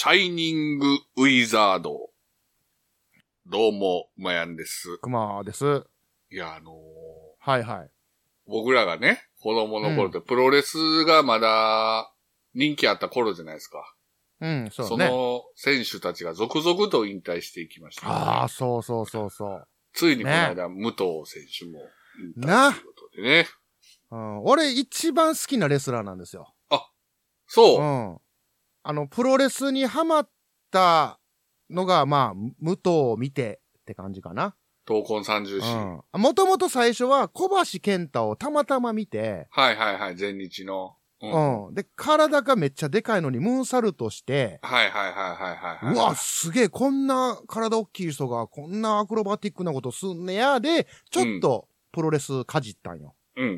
シャイニングウィザード。どうも、まやんです。 くまです。 いや、 はいはい。 僕らがね、子供の頃ってプロレスがまだ人気あった頃じゃないですか。 うん、そうね。 その選手たちが続々と引退していきました、ね。 ああ、そうそうそうそう。 ついにこの間、武藤選手も引退ということでね。 俺一番好きなレスラーなんですよ。 あ、そう。 プロレスにハマったのが、まあ、武藤を見てって感じかな。 闘魂三重士。 もともと最初は小橋健太をたまたま見て。 はいはいはい、前日の。 で、体がめっちゃでかいのにムーンサルトして。 はいはいはいはいはい。 うわ、すげえ、こんな体大きい人がこんなアクロバティックなことすんねや、で、ちょっとプロレスかじったんよ。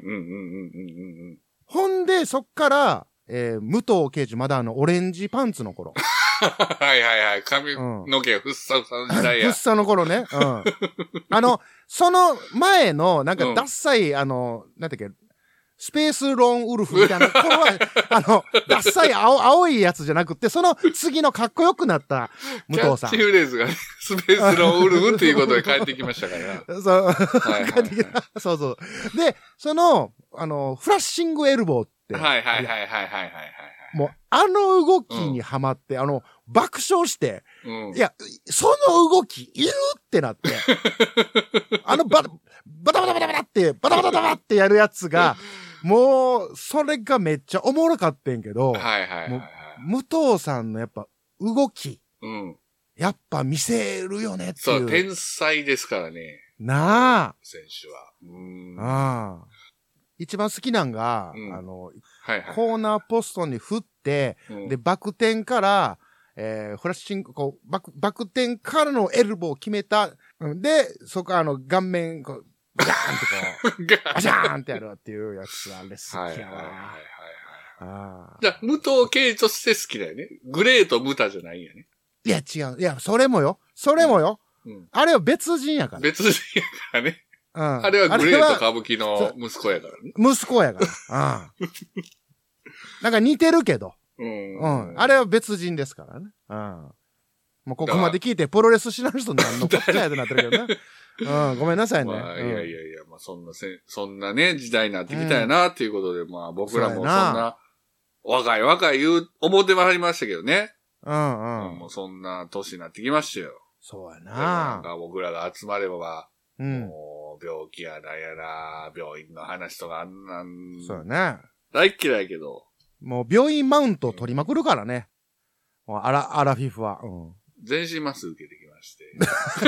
ほんで、そっから、武藤敬司まだオレンジパンツの頃。 はいはいはい。髪の毛ふっさふさの時代や。 ふっさの頃ね。その前の、なんか、ダッサい、なんだっけ、スペースローンウルフみたいな、これは、ダッサい青いやつじゃなくて、その次のかっこよくなった武藤さん。 キャッチフレーズがね、スペースローンウルフっていうことで帰ってきましたから。 そう。帰ってきた。そうそう。で、フラッシングエルボーって。 はいはいはいはいはいはい。 もう、動きにハマって、爆笑して、いや、その動きいるってなって、バタバタバタバタって、バタバタバタってやるやつが、もう、それがめっちゃおもろかってんけど、武藤さんのやっぱ動き、やっぱ見せるよねっていう。 そう、天才ですからね。 なあ。 選手は。 一番好きなんが、コーナーポストに振って、で、バク転から、フラッシング、バク転からのエルボーを決めた。で、そこ顔面、ガーンってバシャーンってやるっていうやつあれ好きやわ。 じゃあ、武藤敬司として好きだよね。グレートムタじゃないんやね。 いや、違う。いや、それもよ。あれは別人やから。 別人やからね。あれはグレート歌舞伎の息子やからね。 息子やから。なんか似てるけど。あれは別人ですからね。もうここまで聞いてプロレスしない人何のこっちゃやとなってるけどね。ごめんなさいね。 いや、まあそんなね、時代になってきたやな、っていうことで、まあ僕らもそんな、若い思ってまいりましたけどね。もうそんな年になってきましたよ。 そうやな。 なんか僕らが集まれば、もう病気やらやら、病院の話とかあんなん。 そうやね。 大っ嫌いけど。 もう病院マウント取りまくるからね。アラフィフは。 全身麻酔受けてきまして。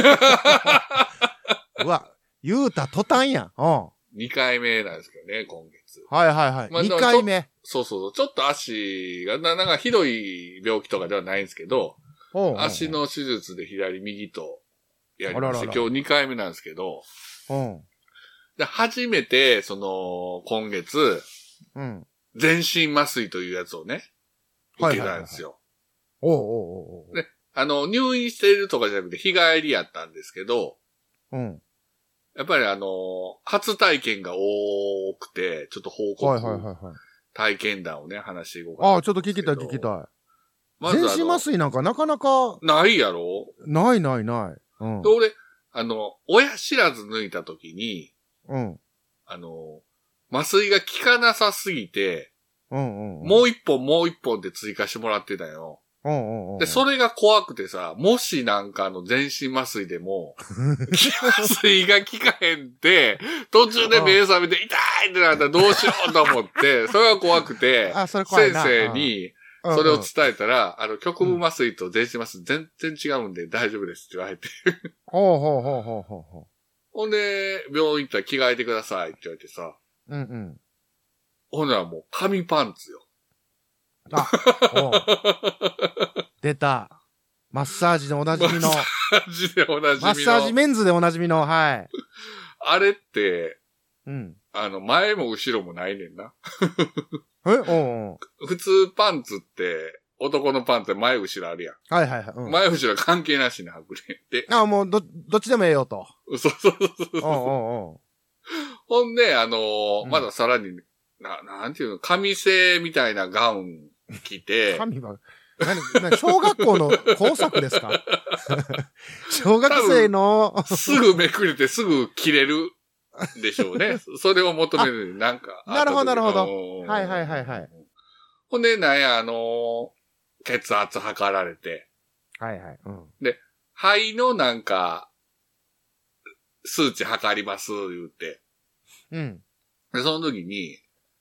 うわ、言うた途端やん。 2回目なんですけどね、今月。 はいはいはい。2回目。 そう。ちょっと足が、なんかひどい病気とかではないんですけど、足の手術で右とやりまして、今日2回目なんですけど、で初めて、今月、全身麻酔というやつをね、受けたんですよ。で、入院しているとかじゃなくて日帰りやったんですけど、やっぱり初体験が多くて、ちょっと報告、体験談をね、話していこうかな。 ちょっと聞きたい。まず全身麻酔なんかなかなか。 ないやろ？ ない。で、 俺、親知らず抜いた時に、麻酔が効かなさすぎて、もう一本で追加してもらってたよ。で、それが怖くてさ、もしなんか全身麻酔でも、麻酔が効かへんって、途中で目覚めて痛いってなったらどうしようと思って、それが怖くて、先生にそれを伝えたら、局部麻酔と全身麻酔全然違うんで大丈夫ですって言われて。ほんで、病院行ったら着替えてくださいって言われてさ。ほんならもう紙パンツよ。 出た。マッサージでおなじみの。 マッサージメンズでおなじみの、はい。 あれって、前も後ろもないねんな。普通パンツって、男のパンツって前後ろあるやん。前後ろ関係なしに履くねん。で、 もうどっちでもええよと。 そう。ほんで、まださらに、なんていうの、紙製みたいなガウン着て、 何小学校の工作ですか？小学生の。 すぐめくれてすぐ切れるでしょうね。それを求めるなんか。 なるほど、なるほど。はいはいはいはい。 ほんで、なんや、血圧測られて。 はいはい。うん。 で、肺のなんか、数値測ります、言うて。 うん。 で、その時に、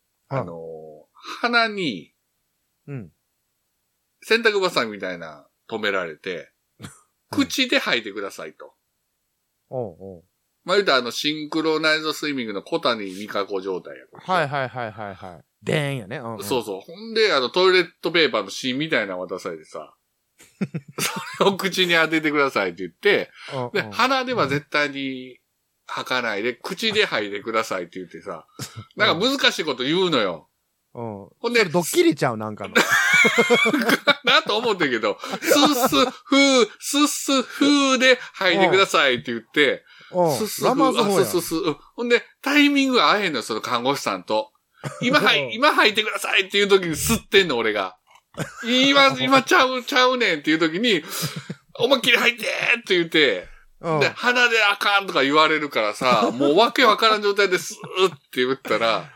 鼻に、 うん。 洗濯バサミみたいな止められて、口で吐いてくださいと。 おうおう。 まあ、言うたらシンクロナイズドスイミングの小谷美香子状態やから。 はいはいはいはいはい。でーんやね。うんうん、 そうそう。ほんで、トイレットペーパーの芯みたいなの渡されてさ、それを口に当ててくださいって言って、で、鼻では絶対に吐かないで、口で吐いてくださいって言ってさ、なんか難しいこと言うのよ。 ほんで、ドッキリちゃうなんかの。 なと思ってんけど、スッスフー、スッスフーで吐いてくださいって言って、スッスフー、スッスフー。ほんで、タイミングが合えへんのよ、その看護師さんと。今吐いてくださいっていう時に吸ってんの、俺が。今ちゃうねんっていう時に、思いっきり吐いてって言って、で、鼻であかんとか言われるからさ、もうわけわからん状態でスーって言ったら、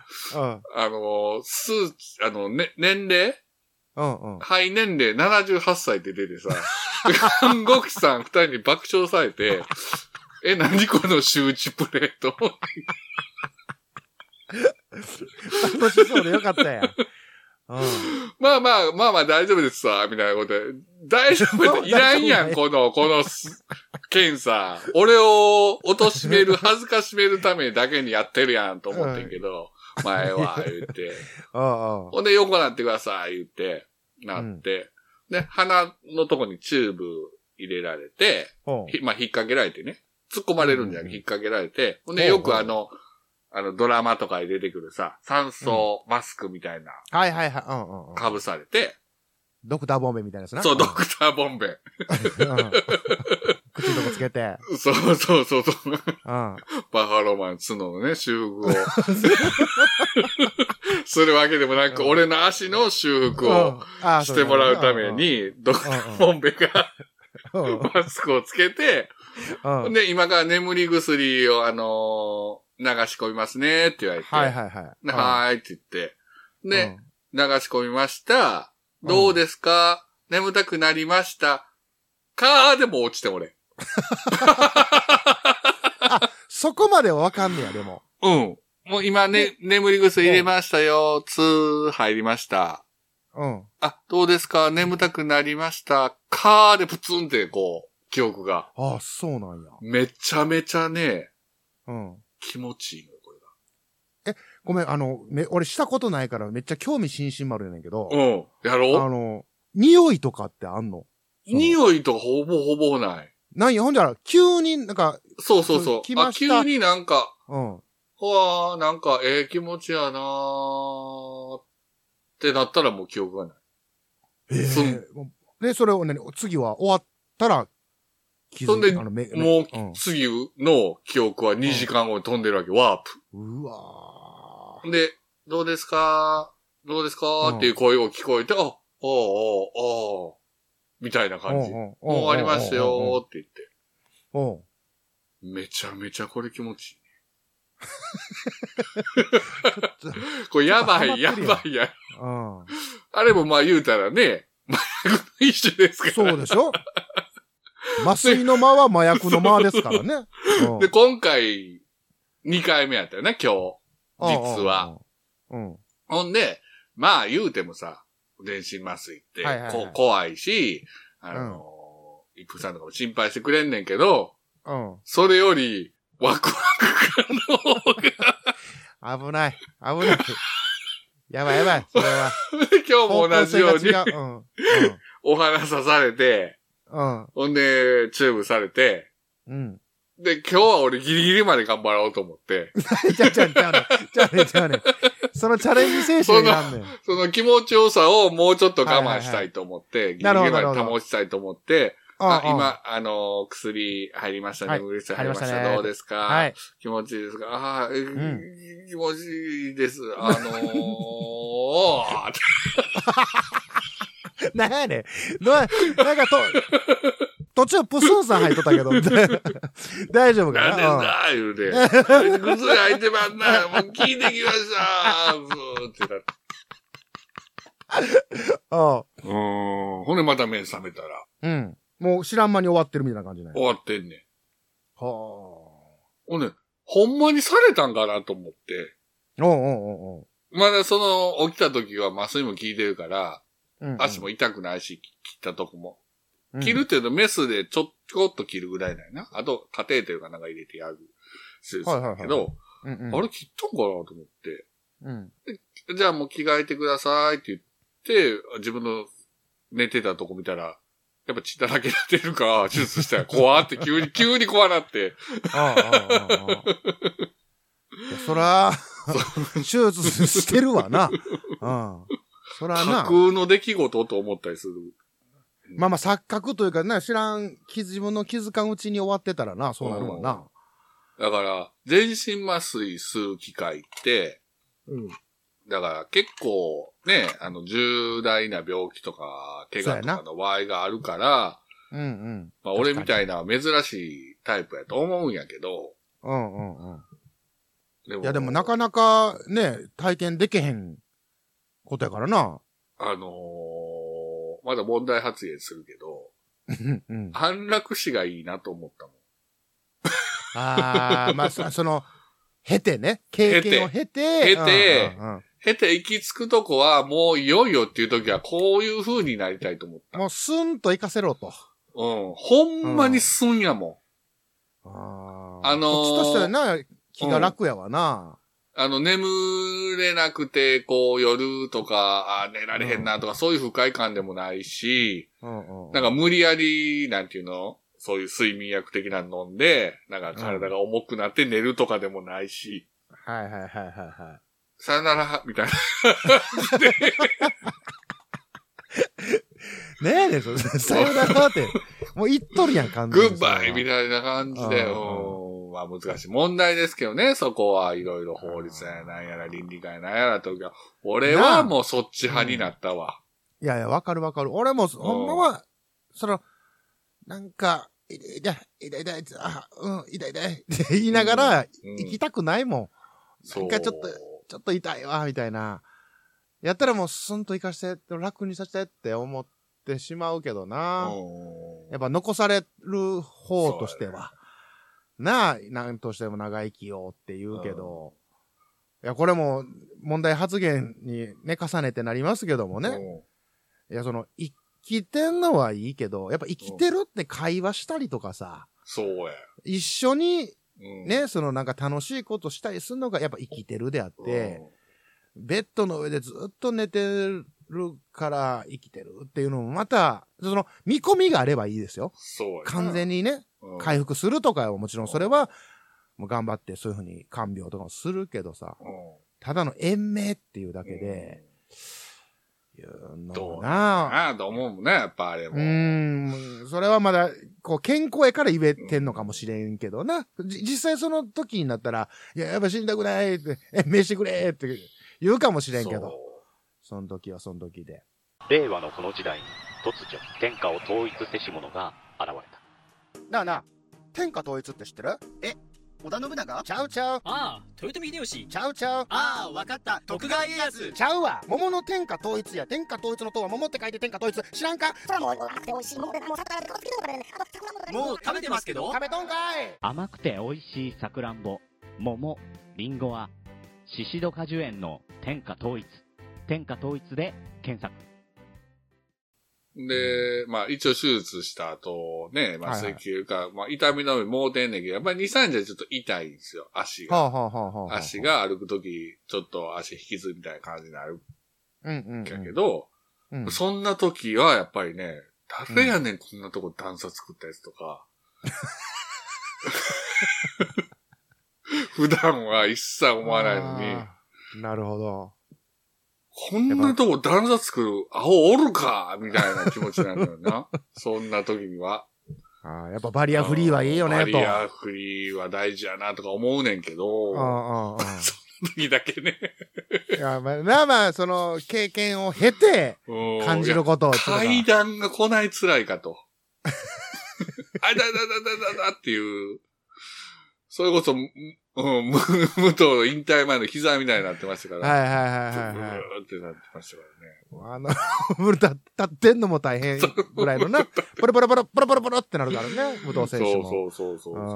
年齢肺年齢78歳って出てさ、看護師さん2人に爆笑されて、何この周知プレート楽しそうでよかったやん。 まあ大丈夫ですわ、みたいなことで。大丈夫いらんやん、この検査。俺を貶める、恥ずかしめるためだけにやってるやんと思ってんけど、前は、言って。ほんで、横なってください、言って、なって。で、鼻のとこにチューブ入れられて、まあ、引っ掛けられてね。突っ込まれるんじゃなくて引っ掛けられて、ほんで、よくドラマとかに出てくるさ、酸素マスクみたいな。 はいはいはい。 被されて。 ドクターボンベみたいなやつな。 そう、ドクターボンベ。 口のとこつけて。 そう。バッファローマン角のね、修復を。するわけでもなく、俺の足の修復をしてもらうために、ドクターボンベがマスクをつけて、で、今から眠り薬を流し込みますねって言われて。はいはいって言って。で、流し込みました。どうですか、眠たくなりましたかでも落ちて俺。 そこまではわかんねや、でも。 うん。もう今ね、眠り薬入れましたよ。入りました。どうですか眠たくなりましたかでプツンって記憶が。 そうなんや。 めちゃめちゃね、気持ちいいのよ、これが。 ごめん、俺したことないからめっちゃ興味津々丸やねんけど。 やろう匂いとかってあんの？ 匂いとかほぼない。 ほんじゃら、急になんか。 そう。急になんか、なんか、気持ちやなーってなったらもう記憶がない。 で、それを次は終わったら、 そんで、もう、次の記憶は2時間後に飛んでるわけ、ワープ。 うわー。で、どうですかっていう声を聞こえて、みたいな感じ。もう終わりますよって言って。めちゃめちゃこれ気持ちいい。これやばいや。あれもまあ言うたらね、麻薬の一種ですから。 そうでしょ麻酔の間は麻薬の間ですからね。 で、今回、2回目やったよね、今日。実は。ほんで、まあ言うてもさ、全身麻酔って、怖いし、一服さんとかも心配してくれんねんけど、それより、ワクワクの方が。危ない。やばい、それは。 今日も同じように、お花刺されて、ほんで、チューブされて、で、今日は俺ギリギリまで頑張ろうと思って。 ちゃうね。そのチャレンジ精神なんねん。 その気持ちよさをもうちょっと我慢したいと思って、ギリギリまで保ちたいと思って、今、薬入りましたね。ウイルス入りました。どうですか気持ちいいですか気持ちいいです。 なんやねん。なんか途中プスンさん入っとったけど、大丈夫かな。 なんでだ言うて。靴履いてまんな。もう聞いてきましたずーってなって。ほんでまた目覚めたら。 うん。もう知らん間に終わってるみたいな感じね。 終わってんねん。 はあ。 ほんで、ほんまにされたんかなと思って。 おう。 まだ起きた時は麻酔も効いてるから、足も痛くないし、切ったとこも。切るっていうとメスでちょこっと切るぐらいだよな。あと、カテーテルかなんか入れてやる手術だけど、あれ切ったんかなと思って。じゃあもう着替えてくださいって言って、自分の寝てたとこ見たら、やっぱ血だらけ出てるから、手術したら怖って急に怖なって。 そら、手術してるわな。そらな。 架空の出来事と思ったりする。 まあ錯覚というかな、自分の気づかんうちに終わってたらな、そうなるわな。 だから、全身麻酔する機会って、だから結構ね、重大な病気とか、怪我とかの場合があるから、まあ俺みたいな珍しいタイプやと思うんやけど、 いやでもなかなかね、体験できへんことやからな。 まだ問題発言するけど、安楽死がいいなと思ったもん。 まあ、経てね、経験を経て行き着くとこはもういよいよっていう時はこういう風になりたいと思った。 もうスンと行かせろと。 ほんまにスンやもん。 こっちとしてはな、気が楽やわな。 眠れなくて、こう夜とか、寝られへんなとか、そういう不快感でもないし、なんか無理やり、なんていうの？そういう睡眠薬的なの飲んで、なんか体が重くなって寝るとかでもないし。さよなら、みたいな感じで。 ねえね、さよならって。もう言っとるやん、完全に。 グッバイみたいな感じで、まあ難しい問題ですけどね、そこはいろいろ法律やなんやら倫理観やなんやらとか、俺はもうそっち派になったわ。 いやいや、わかる。俺も、ほんまは、なんか、痛いって言いながら、行きたくないもん。なんかちょっと痛いわ、みたいな。やったらもうスンと行かして、楽にさせてって思ってしまうけどな。やっぱ残される方としては。なんとしても長生きをって言うけど。いや、これも問題発言にね、重ねてなりますけどもね。いや、生きてんのはいいけど、やっぱ生きてるって会話したりとかさ。 そうや。 一緒に、ね、なんか楽しいことしたりするのがやっぱ生きてるであって、ベッドの上でずっと寝てるから生きてるっていうのもまた、見込みがあればいいですよ。 そうや。 完全にね、回復するとかはもちろんそれは、もう頑張ってそういうふうに看病とかもするけどさ、ただの延命っていうだけで、 どうなぁと思うもんね、やっぱあれも。 それはまだ、健康やから言えてんのかもしれんけどな。実際その時になったら、いや、やっぱ死んだくないって、命してくれって言うかもしれんけど。その時はその時で。 令和のこの時代に突如、天下を統一せし者が現れた。 なあ、天下統一って知ってる？ 織田信長？ ちゃうちゃう。 ああ、豊臣秀吉。 ちゃうちゃう。 ああ、わかった。徳川家康。 ちゃうわ。桃の天下統一や。天下統一の塔は桃って書いて天下統一。知らんか？それも美味しい桃でもう食べてますけど。 食べとんかい。 甘くて美味しいさくらんぼ、桃、りんごはシシド果樹園の天下統一。天下統一で検索。 で、まあ一応手術した後ね、まあ水球か、まあ痛みのみもうてんねんけど、やっぱり2、3日はちょっと痛いんですよ、足が。足が歩くとき、ちょっと足引きずるみたいな感じになる。んけど、そんな時はやっぱりね、誰やねん、こんなとこ段差作ったやつとか。普段は一切思わないのに。 なるほど。 こんなとこ段差作るアホおるかみたいな気持ちなんだよな。そんな時には。 やっぱバリアフリーはいいよね、と。 バリアフリーは大事やなとか思うねんけど、その時だけね。 いや、まあ、その、経験を経て、感じることを。 階段が来ない辛いかと。あだっていう、それこそ、武藤引退前の膝みたいになってましたから。 はい。 ってなってましたからね。 立ってんのも大変ぐらいのな、ポロポロってなるからね、武藤選手も。 そう。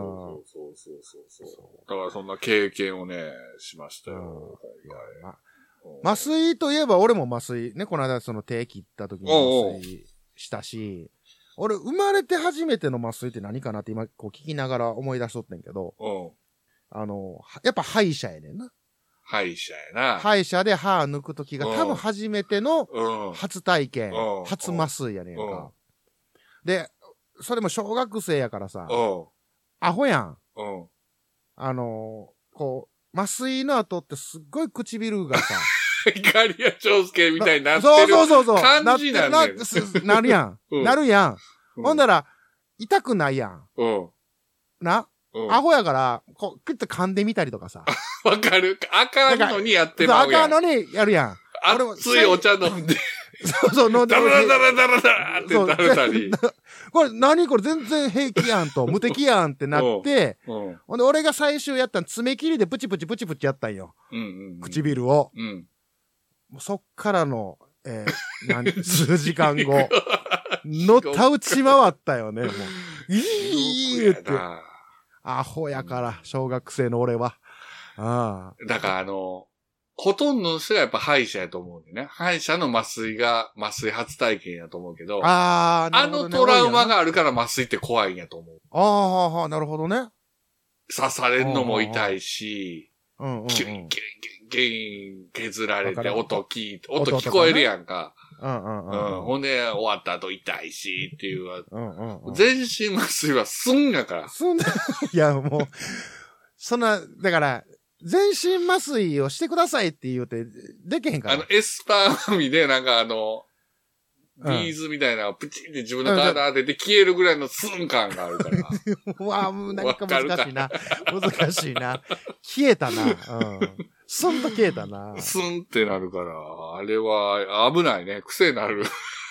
だからそんな経験をね、しましたよ。 麻酔といえば俺も麻酔ね、この間その手切った時に麻酔したし、俺生まれて初めての麻酔って何かなって今こう聞きながら思い出しとってんけど、やっぱ歯医者やねんな。 歯医者やな。 歯医者で歯抜く時が多分初めての初体験、初麻酔やねんか。で、それも小学生やからさ、アホやん。こう、麻酔の後ってすっごい唇がさ、 イカリア長介みたいになってるそう感じなんだよ。 なるやん。なるやん。ほんだら、痛くないやん。な、アホやから、こう、クッと噛んでみたりとかさ。 わかる。あかんのにやってまうやん。 あかんのにやるやん。 熱いお茶飲んで。 飲んで。 ダラって食べたり。 これ何これ全然平気やんと、無敵やんってなって、ほんで俺が最終やったん爪切りでプチプチやったんよ。唇を。そっからの、数時間後、のたうち回ったよね、もう。いいって。アホやから、小学生の俺は。 だからほとんどの人がやっぱ歯医者やと思うんでね。歯医者の麻酔初体験やと思うけど、 なるほどね、 トラウマがあるから麻酔って怖いんやと思う。 なるほどね。 刺されんのも痛いし、キュン削られて音聞こえるやんか。ほんで終わった後痛いしっていう。全身麻酔はすんやから。 いやもう、だから、全身麻酔をしてくださいって言うて、できへんから。 エスパーマミでなんかビーズみたいなのをプチンって自分の体当てて消えるぐらいのスン感があるから。 うわぁ、なんか難しいな。難しいな。消えたな。スンと消えたな。 スンってなるから、あれは危ないね。癖になる。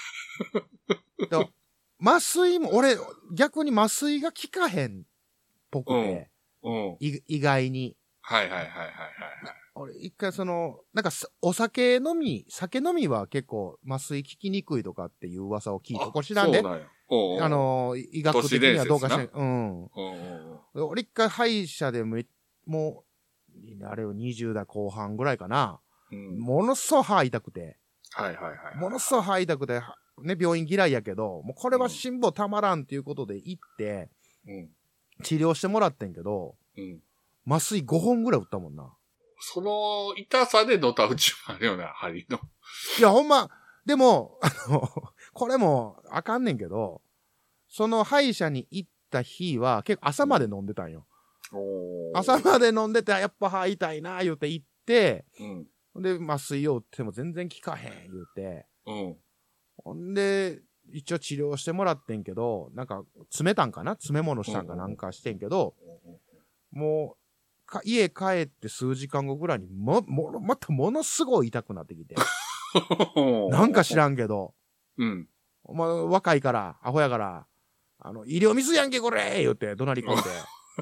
麻酔も、俺、逆に麻酔が効かへんっぽくて。意外に。 はい。 俺、一回なんか、酒飲みは結構麻酔効きにくいとかっていう噂を聞いて、これ知らんで。 そうなんや。 医学的にはどうかしらん。俺一回歯医者でもう、あれを20代後半ぐらいかな。ものすごい歯痛くて。ものすごい歯痛くて、ね、病院嫌いやけど、もうこれは辛抱たまらんっていうことで行って、治療してもらってんけど、麻酔5本ぐらい打ったもんな。 その痛さでのたうちもあるよな、針の。 いや、ほんま、でも、これもあかんねんけど、その歯医者に行った日は結構朝まで飲んでたんよ。朝まで飲んでて、やっぱ歯痛いな、言うて行って、で、麻酔を打っても全然効かへん、言うて。ほんで、一応治療してもらってんけど、なんか、詰めたんかな詰め物したんかなんかしてんけど、もう、家帰って数時間後ぐらいにまたものすごい痛くなってきて。なんか知らんけど。お前若いから、アホやから、医療ミスやんけこれ言うて、怒鳴り込んで。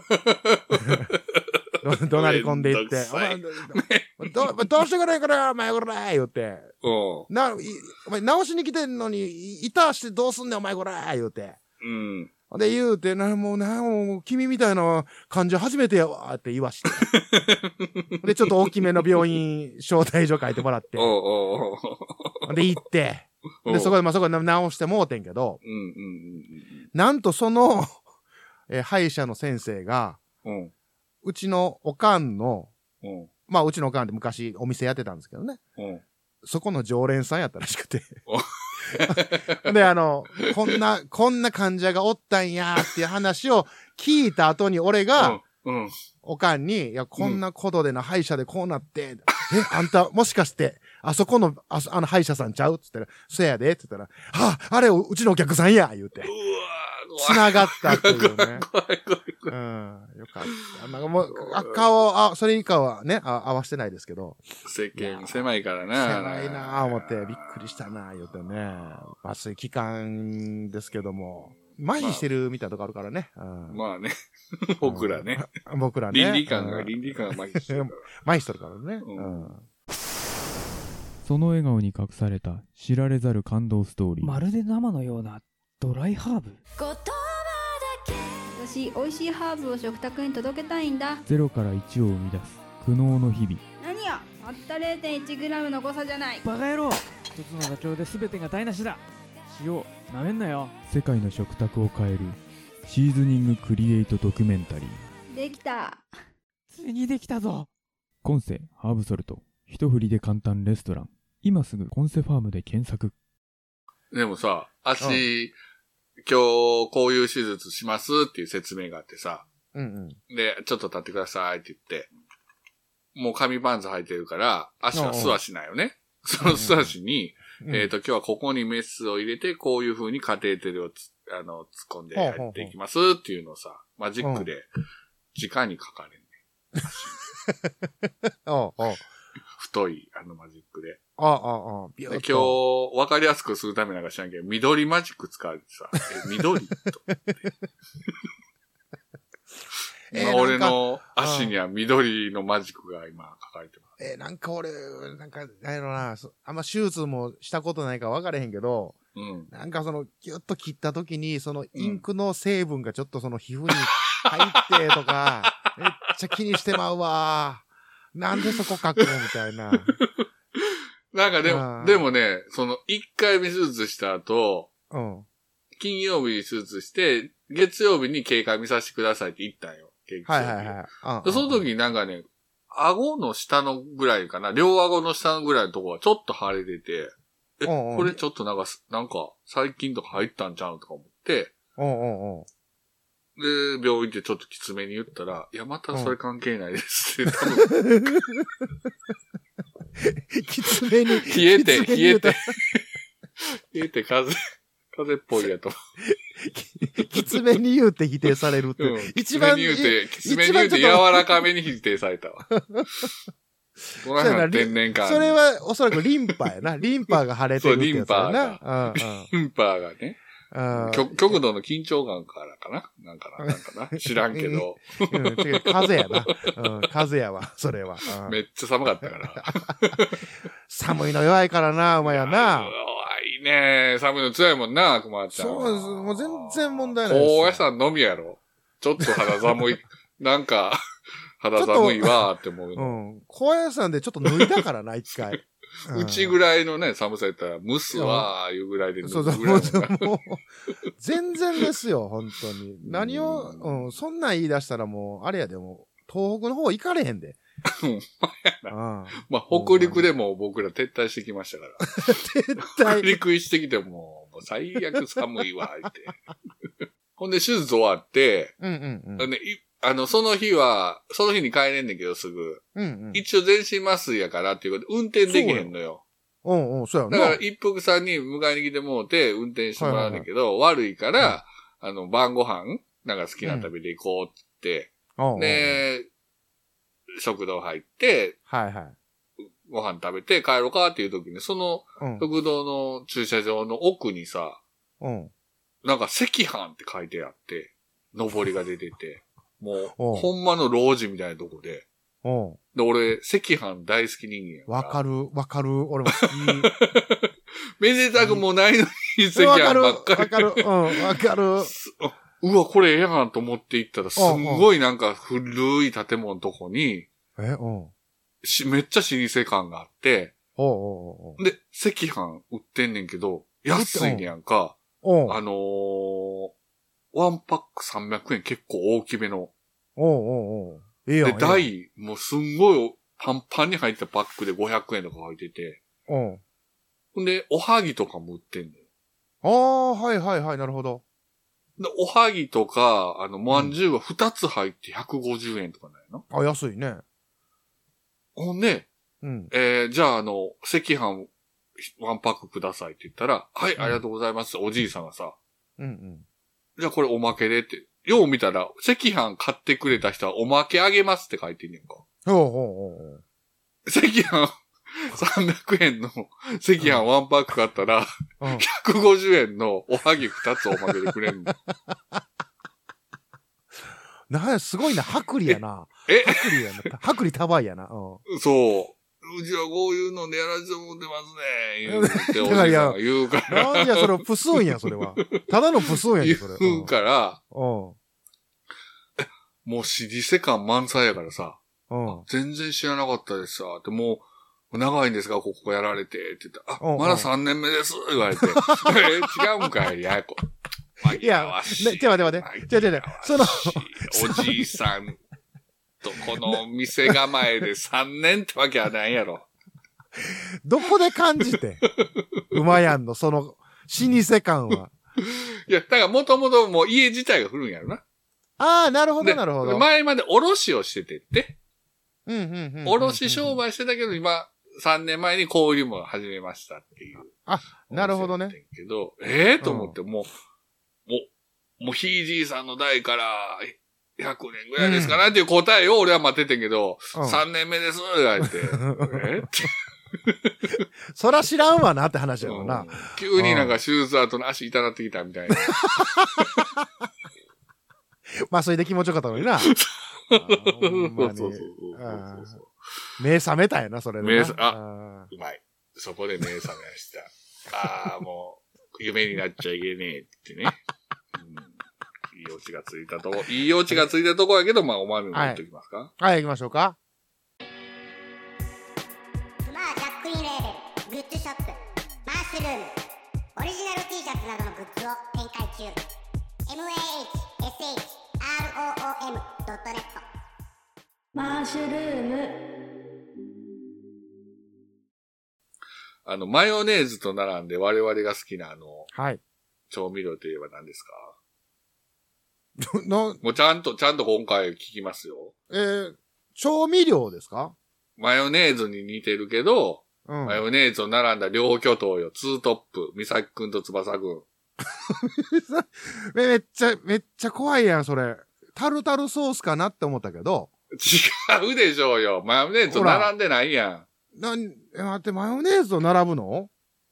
怒鳴り込んでいって、どうしてくれこれお前これ言うて。お前直しに来てんのに、痛してどうすんねんお前これ言うて。で、言うて、もう、君みたいな患者初めてやわって言わして。で、ちょっと大きめの病院、招待状書いてもらって。で、行って。で、そこで直してもうてんけど、なんと歯医者の先生が、うちのおかんの、まあ、うちのおかんって昔お店やってたんですけどね。そこの常連さんやったらしくて。で、こんな患者がおったんやっていう話を聞いた後に俺が、おかんに、いや、こんなことで歯医者でこうなって、あんた、もしかして、あそこの、歯医者さんちゃうって言ったら、そやでって言ったら、あれ、うちのお客さんや言うて。 繋がったというね。 怖い。 うん。よかった。なんかもう、それ以下はね、合わせてないですけど。 世間狭いからな。 狭いなぁ思って、びっくりしたなぁ言うてね。まあ、そういう期間ですけども。麻痺してるみたいなとこあるからね。 まあね。僕らね。 僕らね。 倫理観が麻痺してるから。 麻痺してるからね。 その笑顔に隠された知られざる感動ストーリー。 まるで生のようなドライハーブ。 私、美味しいハーブを食卓に届けたいんだ。 ゼロから1を生み出す苦悩の日々。 何や、たった 0.1g の誤差じゃない。 バカ野郎。一つのダチョウで全てが台無しだ。塩、なめんなよ。 世界の食卓を変えるシーズニングクリエイトドキュメンタリー。 できた。 ついにできたぞ。 コンセハーブソルト一振りで簡単レストラン。今すぐコンセファームで検索。 でもさ、足、今日こういう手術しますっていう説明があってさ、で、ちょっと立ってくださいって言って、もう紙パンツ履いてるから、足は素足なんよね。その素足に、今日はここにメスを入れて、こういう風にカテーテルを突っ込んでやっていきますっていうのをさ、マジックで、直に書かれんね。太い、マジックで。今日、わかりやすくするためなんか知らんけど、緑マジック使われてさ、緑と。今俺の足には緑のマジックが今書かれてます。 なんか俺、なんやろな、あんま手術もしたことないから分かれへんけど、なんかギュッと切った時に、インクの成分がちょっと皮膚に入ってとか、めっちゃ気にしてまうわ。なんでそこ書くのみたいな。 なんかでもね、1回目手術した後、金曜日に手術して、月曜日に経過見させてくださいって言ったんよ。その時になんかね、顎の下のぐらいかな、両顎の下のぐらいのとこがちょっと腫れてて、これちょっとなんか最近とか入ったんちゃうとか思って、で、病院でちょっときつめに言ったら、いや、またそれ関係ないですって、多分。 きつめに。 冷えて風っぽいやと。 きつめに言うて否定されるって。 きつめに言うて柔らかめに否定されたわ。この辺天然感。 それはおそらくリンパやな。リンパが腫れてるってやつやな。 リンパがね。極度の緊張感からかななんかな知らんけど。 風やな。風やわ、それは。 めっちゃ寒かったから。 寒いの弱いからな、お前やな。 弱いね。寒いの強いもんな、熊ちゃん。 そうです。もう全然問題ないです。 高野山のみやろ。ちょっと肌寒い。なんか、肌寒いわーって思う。 高野山でちょっと脱いだからな、一回。 うちぐらいのね、寒さやったら、蒸すわーいうぐらいで脱ぐぐらいもう、全然ですよ、本当に。何を、そんなん言い出したらもう、あれやでも、東北の方行かれへんで。 まあ、北陸でも僕ら撤退してきましたから。北陸してきてもう最悪寒いわ、って。ほんで、手術終わって、その日に帰れんねんけど、すぐ。一応全身麻酔やからっていうことで、運転できへんのよ。 そうやな。 だから、一服さんに迎えに来てもうて、運転してもらうんだけど、悪いから、晩ご飯なんか好きな食べで行こうって言って、で、食堂入って、ご飯食べて帰ろうかっていう時に、その食堂の駐車場の奥にさ、なんか赤飯って書いてあって、上りが出てて、もう、ほんまの老人みたいなとこで。で、俺、赤飯大好き人間やわかる。俺も好き。 めでたくもないのに赤飯ばっかり。 わかる。わかる。 うわ、これええやんと思って行ったら、すんごいなんか古い建物のとこに、めっちゃ老舗感があって、で、赤飯売ってんねんけど、安いねやんか。ワンパック300円結構大きめの。で、台、もうすんごいパンパンに入ったパックで500円とか入ってて。ほんで、おはぎとかも売ってんだよ。 はい、なるほど。 で、おはぎとか、まんじゅうが2つ入って150円とかないの？ 安いね。 ほんで、じゃあ赤飯ワンパックくださいって言ったら、はい、ありがとうございます。おじいさんがさ、 じゃあこれおまけでって。よう見たら、赤飯買ってくれた人はおまけあげますって書いてんねんか。 ほうほうほう。 赤飯300円の赤飯ワンパック買ったら、150円のおはぎ2つおまけでくれんの。 なんや、すごいな、薄利やな。薄利やな。薄利多売やな。 そう。うちはこういうのでやらせてもってますね。言うて、おじさんが言うから。 なんや、それ、プスンや、それは。ただのプスンやん、それ。 言うから、もう老舗感満載やからさ、全然知らなかったですさ、ってもう、長いんですか、ここやられて、って言ったら、まだ3年目です、言われて。違うんかい、やこ。 いや、待て。その、 おじいさんとこの店構えで3年ってわけはないやろ。 どこで感じて馬やんの、その、老舗感は。 いや、だからもともともう家自体が古いんやろな。 ああ、なるほど、なるほど。 前まで卸をしててって。卸商売してたけど、今、3年前に小売りも始めましたっていう。 あ、なるほどね。 けど、と思って、もうひいじいさんの代から100年ぐらいですかなっていう答えを俺は待っててんけど、3年目です、言われて。 そら知らんわなって話やもんな。 急になんか手術後の足痛なってきたみたいな。 まあ、それで気持ちよかったのにな。 そう。 目覚めたよな、それで。 うまい。そこで目覚めました。もう、夢になっちゃいけねえってね。いいオチがついたとこやけど、まあ、お前も言っときますか。 はい、行きましょうか。 クマージャックインレーベルグッズショップマッシュルームオリジナル T シャツなどのグッズを展開中。 mahshroom.net マッシュルーム。 マヨネーズと並んで我々が好きなはい。 調味料といえば何ですか？ もうちゃんと今回聞きますよ。 調味料ですか？ マヨネーズに似てるけど、マヨネーズと並んだ両巨頭よ。ツートップ、ミサキくんと翼くん。 めっちゃ怖いやん、それ。タルタルソースかなって思ったけど。 違うでしょうよ。マヨネーズと並んでないやん。 待って、マヨネーズと並ぶの？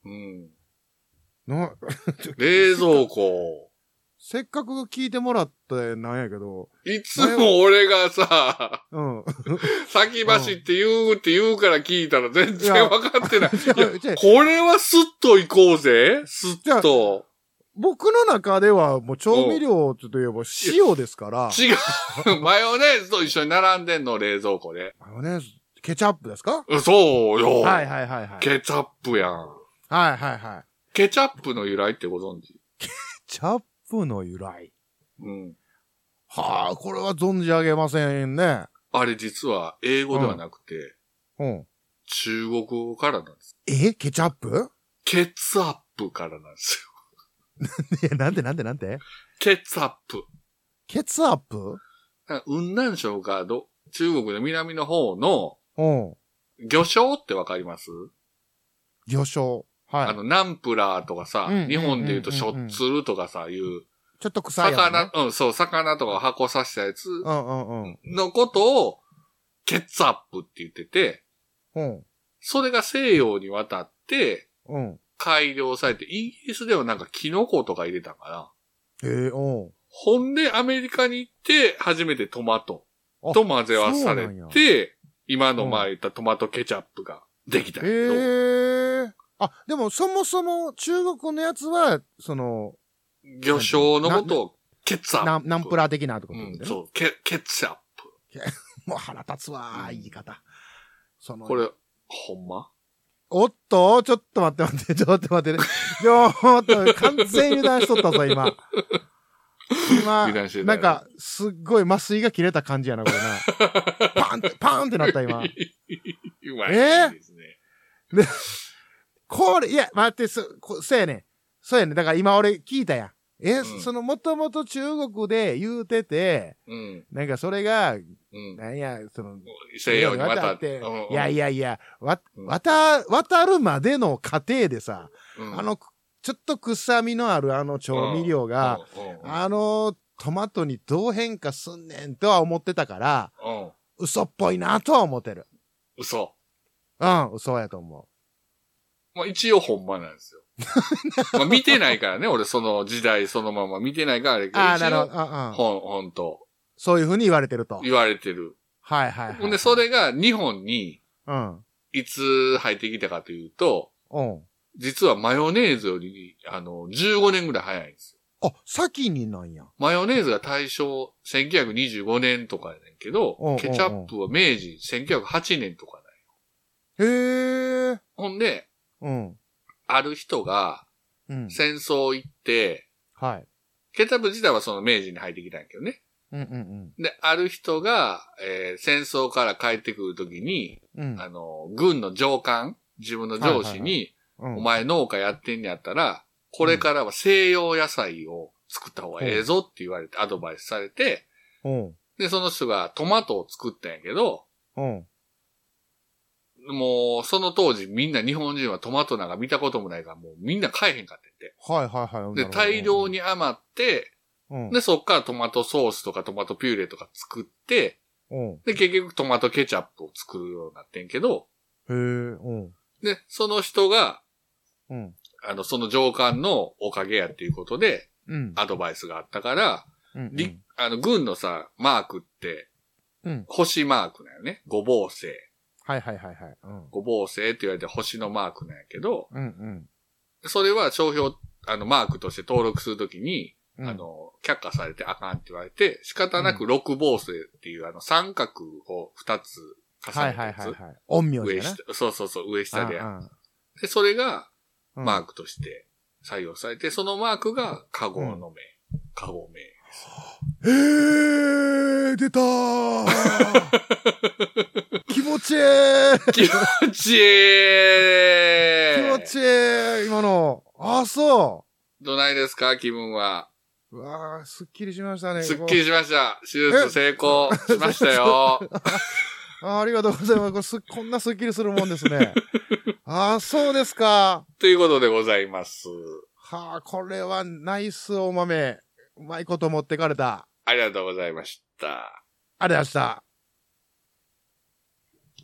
冷蔵庫。 せっかく聞いてもらってなんやけど。 いつも俺がさ、先走って言うから聞いたら全然分かってない。これはスッと行こうぜ。スッと。 僕の中ではもう調味料といえば塩ですから。 違う。マヨネーズと一緒に並んでんの、冷蔵庫で。 マヨネーズ、ケチャップですか？ そうよ。 はい。 ケチャップやん。 はい。 ケチャップの由来ってご存知？ ケチャップの由来。はあ、これは存じ上げませんね。 あれ実は英語ではなくて、中国語からなんです。 ケチャップ？ ケツアップからなんですよ。 なんてケツアップ。 ケツアップ？ 雲南省か中国の南の方の、魚醤ってわかります？ 魚醤。はい。 ナンプラーとかさ、日本で言うとしょっつるとかさ、いうちょっと臭いやつ、ね。 魚とか箱刺したやつのことを、ケッツアップって言ってて、それが西洋に渡って、改良されて、イギリスではなんかキノコとか入れたんかな。ほんで、アメリカに行って、初めてトマトと混ぜ合わされて、今の前言ったトマトケチャップができたけど。 でもそもそも中国のやつは、 魚醤のことをケツアップ。 ナンプラー的なってことね。 そう、ケツアップ。 もう腹立つわ、言い方。 これ、ほんま？ おっと、ちょっと待って。ね。完全油断しとったぞ、今。なんか、すっごい麻酔が切れた感じやな、これな。パーンってなった、今。 うまいですね。 これ、いや、待って、そうやね。だから今俺聞いたやん。もともと中国で言うてて、なんかそれが、なんや、 西洋に渡って、 いや、渡るまでの過程でさ、 ちょっと臭みのある調味料が、トマトにどう変化すんねんとは思ってたから、嘘っぽいなとは思ってる。 嘘。 嘘やと思う。まあ一応ほんまなんですよ。まあ見てないからね、俺その時代そのまま見てないからあれけど。 なるほど。 ほんと。 そういう風に言われてると。 言われてる。 はいはいはい。 ほんで、それが日本に、いつ入ってきたかというと、実はマヨネーズより、15年ぐらい早いんですよ。先になんや。 マヨネーズが大正1925年とかやねんけど、ケチャップは明治1908年とかだよ。へー。 ほんで、ある人が、戦争行って、ケチャップ自体はその明治に入ってきたんやけどね。で、ある人が、戦争から帰ってくるときに、軍の上官、自分の上司に、お前農家やってんやったら、これからは西洋野菜を作った方がええぞって言われて、アドバイスされて、で、その人がトマトを作ったんやけど、もう、その当時みんな日本人はトマトなんか見たこともないから、もうみんな買えへんかってて。で、大量に余って、で、そっからトマトソースとかトマトピューレとか作って、で、結局トマトケチャップを作るようになってんけど、で、その人が、その上官のおかげやっていうことで、アドバイスがあったから、軍のさ、マークって、星マークなんよね。五芒星。五芒星って言われて星のマークなんやけど、それは商標、マークとして登録するときに、却下されてあかんって言われて、仕方なく六芒星っていう三角を2つ重ねたやつ。 陰陽師ね。 そう、上下で。で、それが、マークとして採用されて、そのマークが、カゴの名。カゴ名です。 出たー気持ちいい気持ちいい気持ちいい今の。そう。 どないですか気分は。 うわー、すっきりしましたね。 すっきりしました。手術成功しましたよ。 ありがとうございます。こんなスッキリするもんですね。そうですか。 ということでございます。 これはナイスお豆。うまいこと持ってかれた。 ありがとうございました。 ありがとうございました。